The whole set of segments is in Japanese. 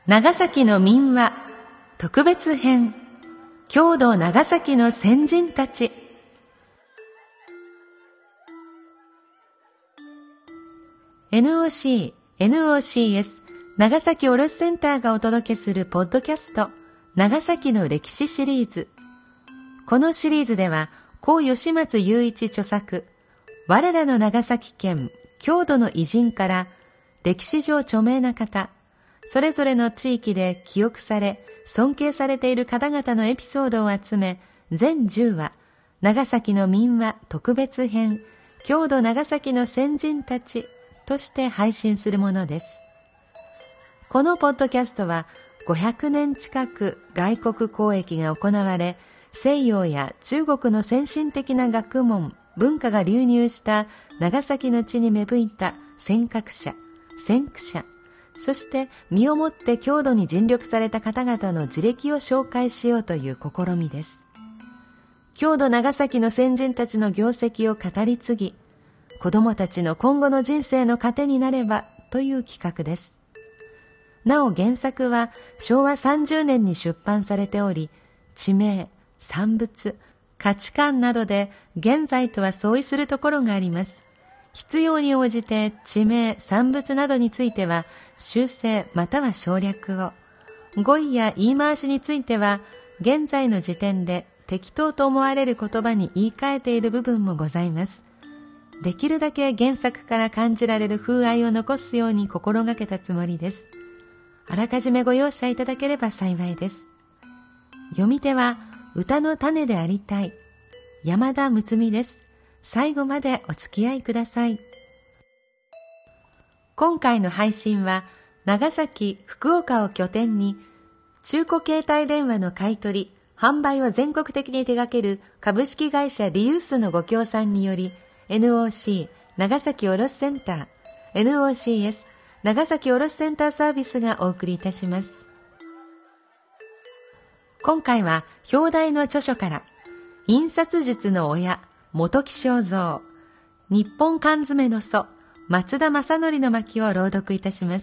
長崎の民話特別編、郷土長崎の先人たち。NOC、NOCS 長崎卸センターがお届けするポッドキャスト、長崎の歴史シリーズ。このシリーズでは、故吉松雄一著作、我らの長崎県郷土の偉人から、歴史上著名な方、それぞれの地域で記憶され、尊敬されている方々のエピソードを集め、全10話、長崎の民話特別編、郷土長崎の先人たちとして配信するものです。このポッドキャストは、500年近く外国交易が行われ、西洋や中国の先進的な学問、文化が流入した長崎の地に芽吹いた先覚者、先駆者、そして身をもって郷土に尽力された方々の事歴を紹介しようという試みです。郷土長崎の先人たちの業績を語り継ぎ、子どもたちの今後の人生の糧になればという企画です。なお原作は昭和30年に出版されており、地名、産物、価値観などで現在とは相違するところがあります。必要に応じて地名、産物などについては修正または省略を、語彙や言い回しについては現在の時点で適当と思われる言葉に言い換えている部分もございます。できるだけ原作から感じられる風合いを残すように心がけたつもりです。あらかじめご容赦いただければ幸いです。読み手は歌の種でありたい山田睦美です。最後までお付き合いください。今回の配信は長崎、福岡を拠点に中古携帯電話の買い取り、販売を全国的に手掛ける株式会社リユースのご協賛により NOC 長崎卸センター、NOCS 長崎卸センターサービスがお送りいたします。今回は表題の著書から印刷術の親本木正蔵、日本缶詰の祖松田正則の巻を朗読いたします。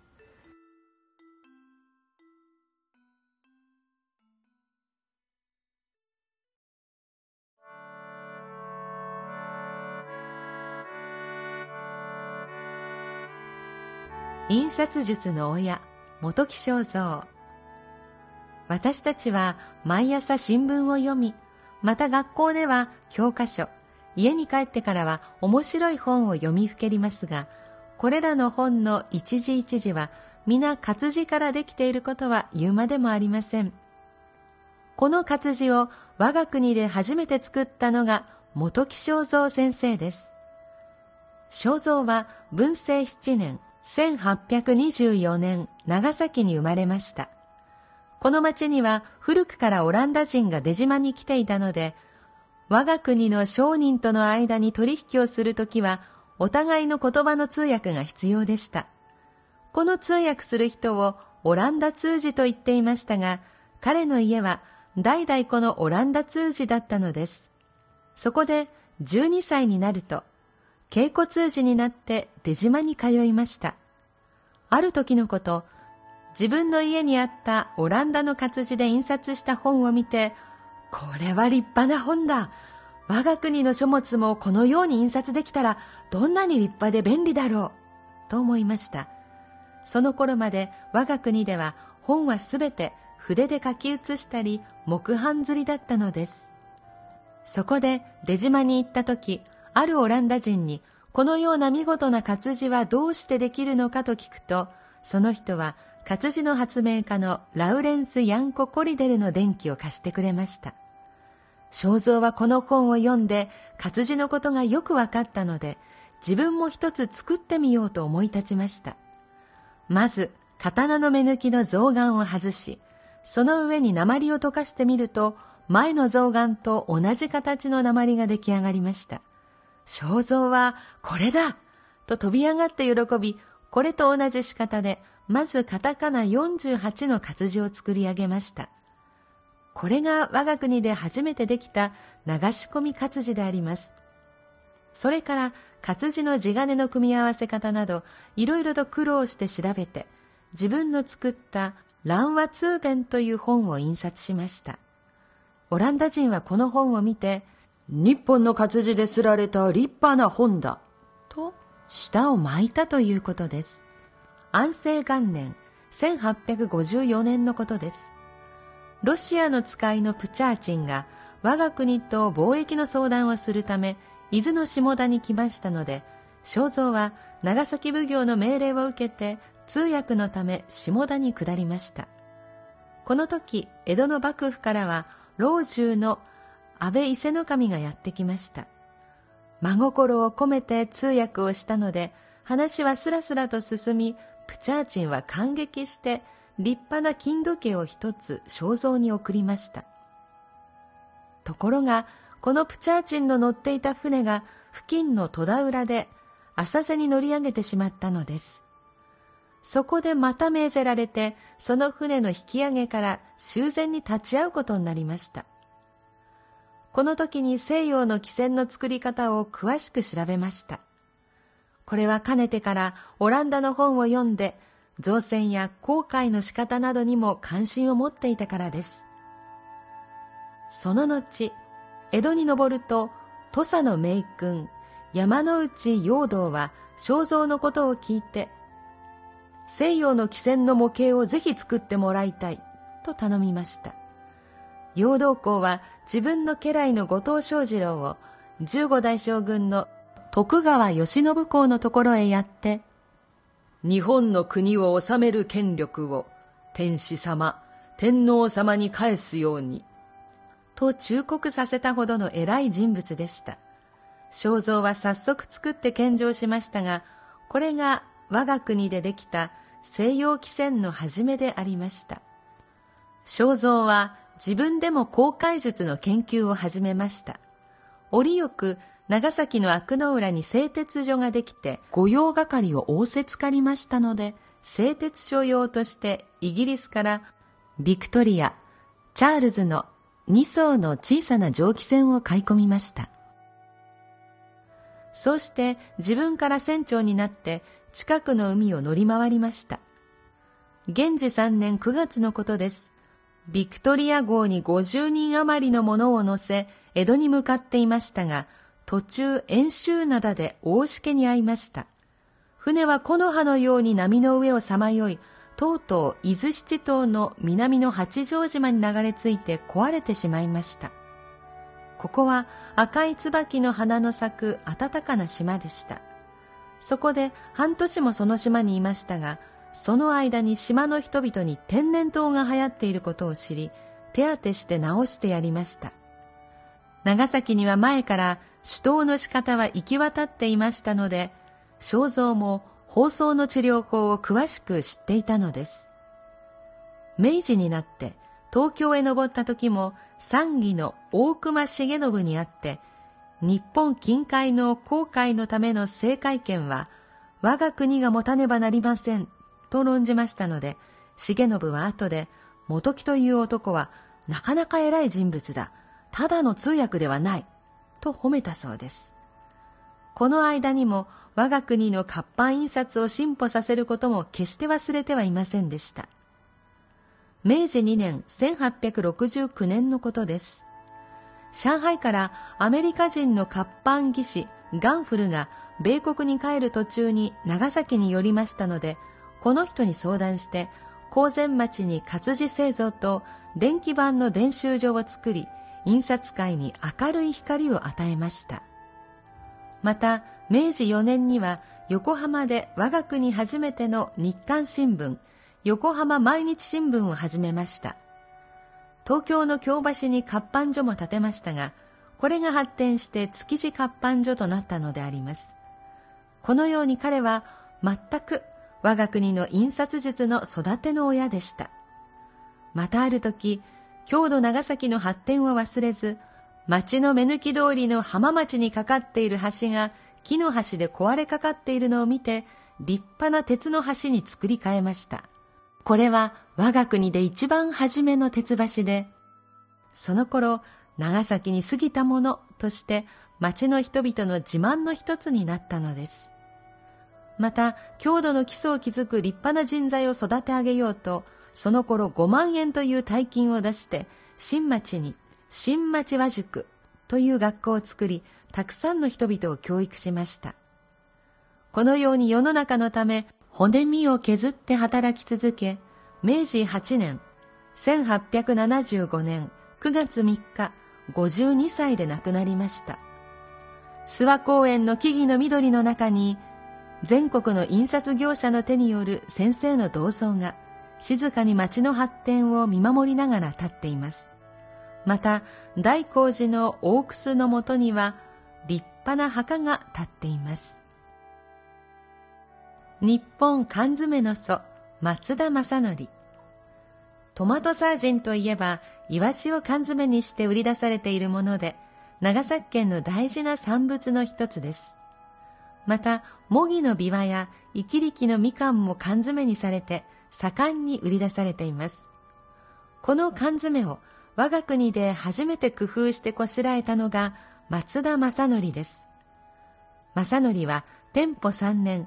印刷術の親本木正蔵。私たちは毎朝新聞を読み、また学校では教科書、家に帰ってからは面白い本を読みふけりますが、これらの本の一字一字は皆活字からできていることは言うまでもありません。この活字を我が国で初めて作ったのが本木正蔵先生です。正蔵は文政7年1824年長崎に生まれました。この町には古くからオランダ人が出島に来ていたので、我が国の商人との間に取引をするときは、お互いの言葉の通訳が必要でした。この通訳する人をオランダ通詞と言っていましたが、彼の家は代々このオランダ通詞だったのです。そこで12歳になると、稽古通詞になって出島に通いました。ある時のこと、自分の家にあったオランダの活字で印刷した本を見て、これは立派な本だ。我が国の書物もこのように印刷できたらどんなに立派で便利だろう、と思いました。その頃まで我が国では本はすべて筆で書き写したり木版刷りだったのです。そこで出島に行った時、あるオランダ人にこのような見事な活字はどうしてできるのかと聞くと、その人は活字の発明家のラウレンス・ヤンコ・コリデルの伝記を貸してくれました。正蔵はこの本を読んで活字のことがよくわかったので、自分も一つ作ってみようと思い立ちました。まず刀の目抜きの象眼を外し、その上に鉛を溶かしてみると、前の象眼と同じ形の鉛が出来上がりました。正蔵はこれだと飛び上がって喜び、これと同じ仕方でまずカタカナ48の活字を作り上げました。これが我が国で初めてできた流し込み活字であります。それから活字の地金の組み合わせ方などいろいろと苦労して調べて、 自分の作った蘭和通弁という本を印刷しました。オランダ人はこの本を見て、日本の活字で刷られた立派な本だ、と舌を巻いたということです。安政元年、1854年のことです。ロシアの使いのプチャーチンが我が国と貿易の相談をするため、伊豆の下田に来ましたので、正造は長崎奉行の命令を受けて通訳のため下田に下りました。この時、江戸の幕府からは老中の安倍伊勢守がやってきました。真心を込めて通訳をしたので、話はスラスラと進み、プチャーチンは感激して立派な金時計を一つ正造に送りました。ところが、このプチャーチンの乗っていた船が付近の戸田浦で浅瀬に乗り上げてしまったのです。そこでまた命ぜられて、その船の引き上げから修繕に立ち会うことになりました。この時に西洋の汽船の作り方を詳しく調べました。これはかねてからオランダの本を読んで、造船や航海の仕方などにも関心を持っていたからです。その後、江戸に登ると、土佐の名君、山内陽道は正造のことを聞いて、西洋の汽船の模型をぜひ作ってもらいたい、と頼みました。陽道公は自分の家来の後藤象次郎を15代将軍の徳川慶喜公のところへやって、日本の国を治める権力を天子様、天皇様に返すように、と忠告させたほどの偉い人物でした。正造は早速作って献上しましたが、これが我が国でできた西洋汽船の始めでありました。正造は自分でも航海術の研究を始めました。折よく長崎の阿久の浦に製鉄所ができて、御用掛を仰せつかりましたので、製鉄所用としてイギリスからビクトリア、チャールズの2艘の小さな蒸気船を買い込みました。そうして自分から船長になって近くの海を乗り回りました。元治3年9月のことです。ビクトリア号に50人余りの者を乗せ、江戸に向かっていましたが、途中遠州灘で大しけに遭いました。船は木の葉のように波の上をさまよい、とうとう伊豆七島の南の八丈島に流れ着いて壊れてしまいました。ここは赤い椿の花の咲く暖かな島でした。そこで半年もその島にいましたが、その間に島の人々に天然痘が流行っていることを知り、手当てして治してやりました。長崎には前から酒盗の仕方は行き渡っていましたので、正造も放送の治療法を詳しく知っていたのです。明治になって東京へ登った時も参議の大隈重信にあって、日本近海の航海のための制海権は我が国が持たねばなりませんと論じましたので、重信は後で、本木という男はなかなか偉い人物だ、ただの通訳ではない、と褒めたそうです。この間にも我が国の活版印刷を進歩させることも決して忘れてはいませんでした。明治2年1869年のことです。上海からアメリカ人の活版技師ガンフルが米国に帰る途中に長崎に寄りましたので、この人に相談して、高前町に活字製造と電気版の伝習所を作り、印刷界に明るい光を与えました。また、明治4年には横浜で我が国初めての日刊新聞、横浜毎日新聞を始めました。東京の京橋に活版所も建てましたが、これが発展して築地活版所となったのであります。このように彼は全く我が国の印刷術の育ての親でした。またある時、郷土長崎の発展を忘れず、町の目抜き通りの浜町にかかっている橋が木の橋で壊れかかっているのを見て、立派な鉄の橋に作り変えました。これは我が国で一番初めの鉄橋で、その頃長崎に過ぎたものとして町の人々の自慢の一つになったのです。 また郷土の基礎を築く立派な人材を育て上げようと、その頃5万円という大金を出して新町に新町和塾という学校を作り、たくさんの人々を教育しました。このように世の中のため骨身を削って働き続け、明治8年1875年9月3日52歳で亡くなりました。諏訪公園の木々の緑の中に、全国の印刷業者の手による先生の銅像が静かに町の発展を見守りながら立っています。また大光寺の大楠のもとには立派な墓が立っています。日本缶詰の祖、松田正則。トマトサージンといえばイワシを缶詰にして売り出されているもので、長崎県の大事な産物の一つです。また模擬のビワやイキリキのみかんも缶詰にされて盛んに売り出されています。この缶詰を我が国で初めて工夫してこしらえたのが松田正則です。正則は天保3年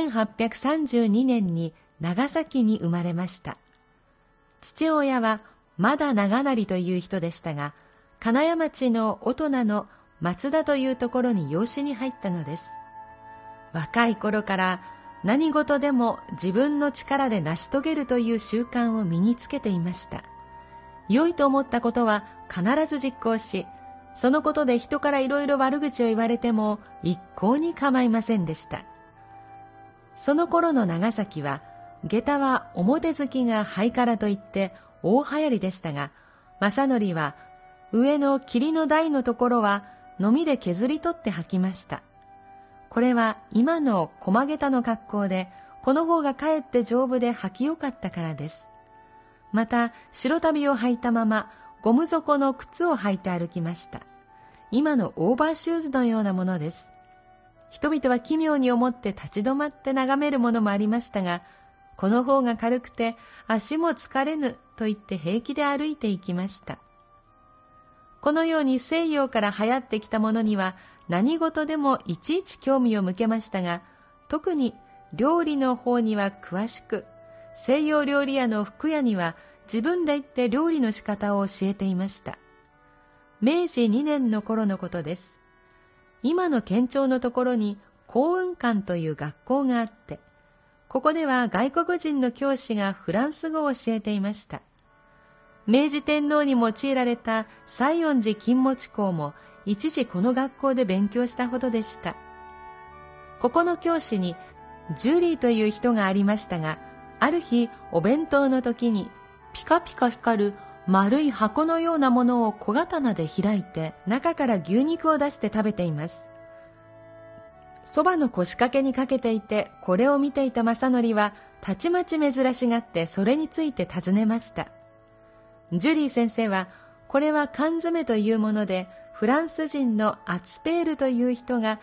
1832年に長崎に生まれました。父親はまだ長成という人でしたが、金谷町の大人の松田というところに養子に入ったのです。若い頃から何事でも自分の力で成し遂げるという習慣を身につけていました。良いと思ったことは必ず実行し、そのことで人からいろいろ悪口を言われても一向に構いませんでした。その頃の長崎は、下駄は表付きがハイカラといって大流行りでしたが、正則は上の霧の台のところはのみで削り取って履きました。これは今の駒下駄の格好で、この方がかえって丈夫で履きよかったからです。また白足袋を履いたままゴム底の靴を履いて歩きました。今のオーバーシューズのようなものです。人々は奇妙に思って立ち止まって眺めるものもありましたが、この方が軽くて足も疲れぬと言って平気で歩いていきました。このように西洋から流行ってきたものには何事でもいちいち興味を向けましたが、特に料理の方には詳しく、西洋料理屋の服屋には自分で行って料理の仕方を教えていました。明治2年の頃のことです。今の県庁のところに幸雲館という学校があって、ここでは外国人の教師がフランス語を教えていました。明治天皇に用いられた西園寺金持公も一時この学校で勉強したほどでした。ここの教師にジュリーという人がありましたが、ある日お弁当の時にピカピカ光る丸い箱のようなものを小刀で開いて中から牛肉を出して食べています。そばの腰掛けにかけていて、これを見ていた正則はたちまち珍しがってそれについて尋ねました。ジュリー先生は、これは缶詰というもので、フランス人のアツペールという人が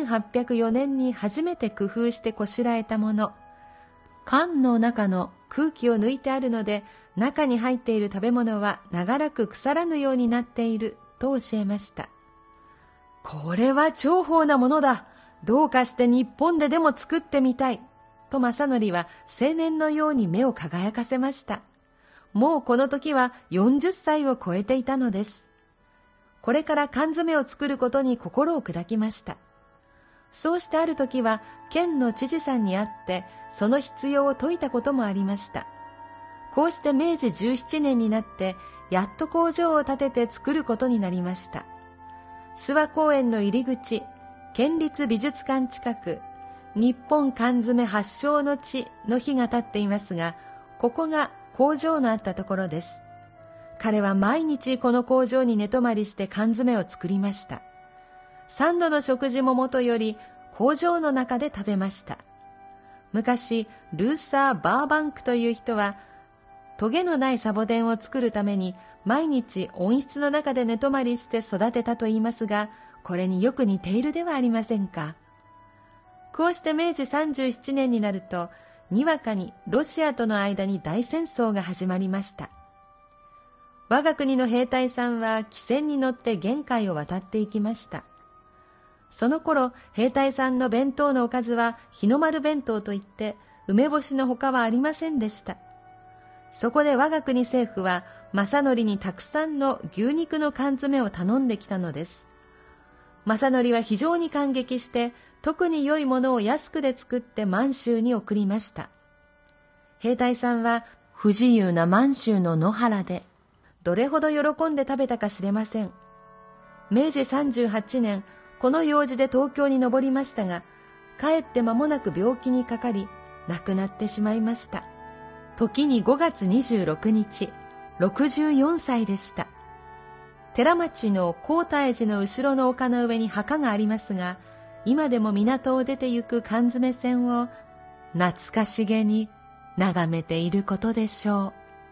1804年に初めて工夫してこしらえたもの。缶の中の空気を抜いてあるので、中に入っている食べ物は長らく腐らぬようになっていると教えました。これは重宝なものだ。どうかして日本ででも作ってみたい。と正則は青年のように目を輝かせました。もうこの時は40歳を超えていたのです。これから缶詰を作ることに心を砕きました。そうしてある時は県の知事さんに会ってその必要を説いたこともありました。こうして明治17年になってやっと工場を建てて作ることになりました。諏訪公園の入り口、県立美術館近く、日本缶詰発祥の地の碑が立っていますが、ここが工場のあったところです。彼は毎日この工場に寝泊まりして缶詰を作りました。3度の食事ももとより工場の中で食べました。昔ルーサー・バーバンクという人はトゲのないサボテンを作るために毎日温室の中で寝泊まりして育てたと言いますが、これによく似ているではありませんか。こうして明治37年になると、にわかにロシアとの間に大戦争が始まりました。我が国の兵隊さんは汽船に乗って玄海を渡っていきました。 その頃、兵隊さんの弁当のおかずは日の丸弁当といって、梅干しのほかはありませんでした。そこで我が国政府は、正則にたくさんの牛肉の缶詰を頼んできたのです。正則は非常に感激して、特に良いものを安くで作って満州に送りました。兵隊さんは不自由な満州の野原で、どれほど喜んで食べたか知れません。明治38年、この用事で東京に登りましたが、帰って間もなく病気にかかり、亡くなってしまいました。時に5月26日、64歳でした。寺町の高泰寺の後ろの丘の上に墓がありますが、今でも港を出て行く缶詰船を懐かしげに眺めていることでしょう。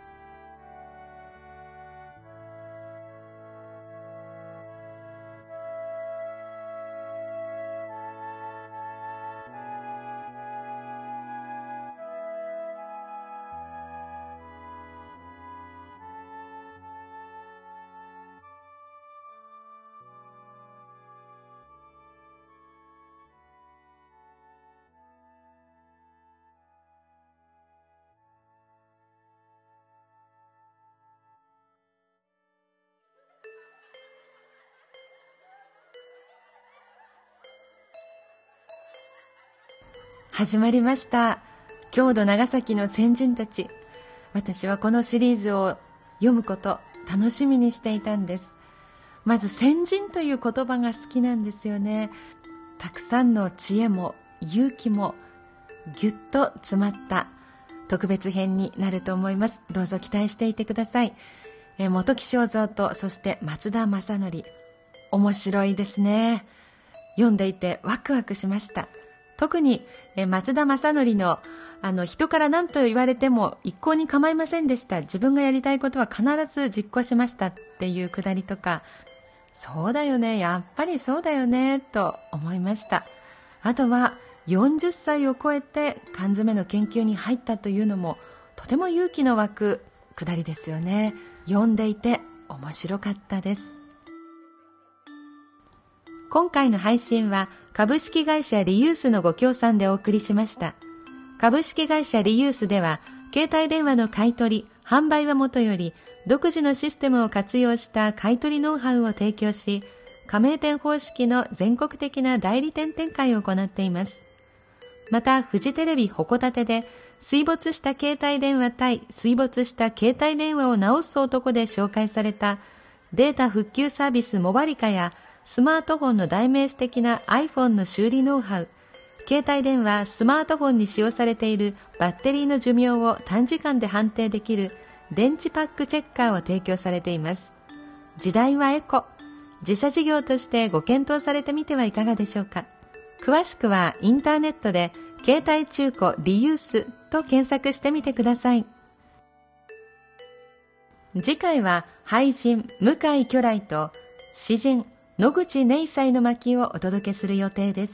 始まりました。郷土長崎の先人たち。私はこのシリーズを読むこと楽しみにしていたんです。まず先人という言葉が好きなんですよね。たくさんの知恵も勇気もぎゅっと詰まった特別編になると思います。どうぞ期待していてください。本木正三とそして松田正則、面白いですね。読んでいてワクワクしました。特に松田正則の人から何と言われても一向に構いませんでした。自分がやりたいことは必ず実行しましたっていうくだりとか、そうだよね、やっぱりそうだよねと思いました。あとは40歳を超えて缶詰の研究に入ったというのもとても勇気の湧くくだりですよね。読んでいて面白かったです。今回の配信は株式会社リユースのご協賛でお送りしました。株式会社リユースでは、携帯電話の買い取り、販売はもとより、独自のシステムを活用した買い取りノウハウを提供し、加盟店方式の全国的な代理店展開を行っています。また、フジテレビホコタテで、水没した携帯電話対水没した携帯電話を直す男で紹介された、データ復旧サービスモバリカや、スマートフォンの代名詞的な iPhone の修理ノウハウ、携帯電話、スマートフォンに使用されているバッテリーの寿命を短時間で判定できる電池パックチェッカーを提供されています。時代はエコ。自社事業としてご検討されてみてはいかがでしょうか。詳しくはインターネットで携帯中古リユースと検索してみてください。次回は俳人向井巨来と詩人野口寧斎の巻をお届けする予定です。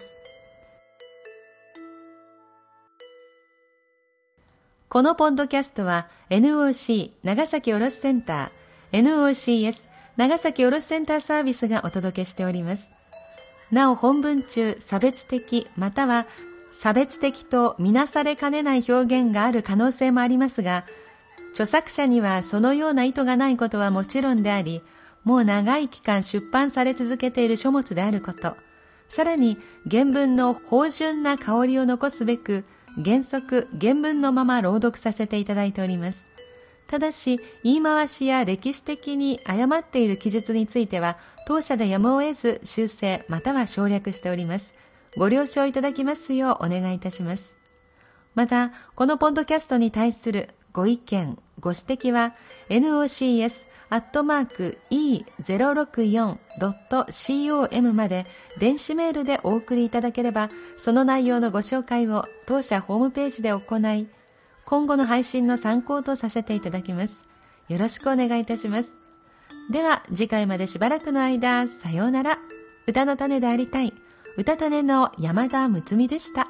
このポッドキャストは NOC 長崎卸センター NOCS 長崎卸センターサービスがお届けしております。なお本文中差別的または差別的とみなされかねない表現がある可能性もありますが、著作者にはそのような意図がないことはもちろんであり、もう長い期間出版され続けている書物であること、さらに原文の芳醇な香りを残すべく、原則原文のまま朗読させていただいております。ただし、言い回しや歴史的に誤っている記述については、当社でやむを得ず修正または省略しております。ご了承いただきますようお願いいたします。また、このポッドキャストに対するご意見、ご指摘は、nocs@e064.com まで電子メールでお送りいただければ、その内容のご紹介を当社ホームページで行い、今後の配信の参考とさせていただきます。よろしくお願いいたします。では次回までしばらくの間、さようなら。歌の種でありたい。歌種の山田睦美でした。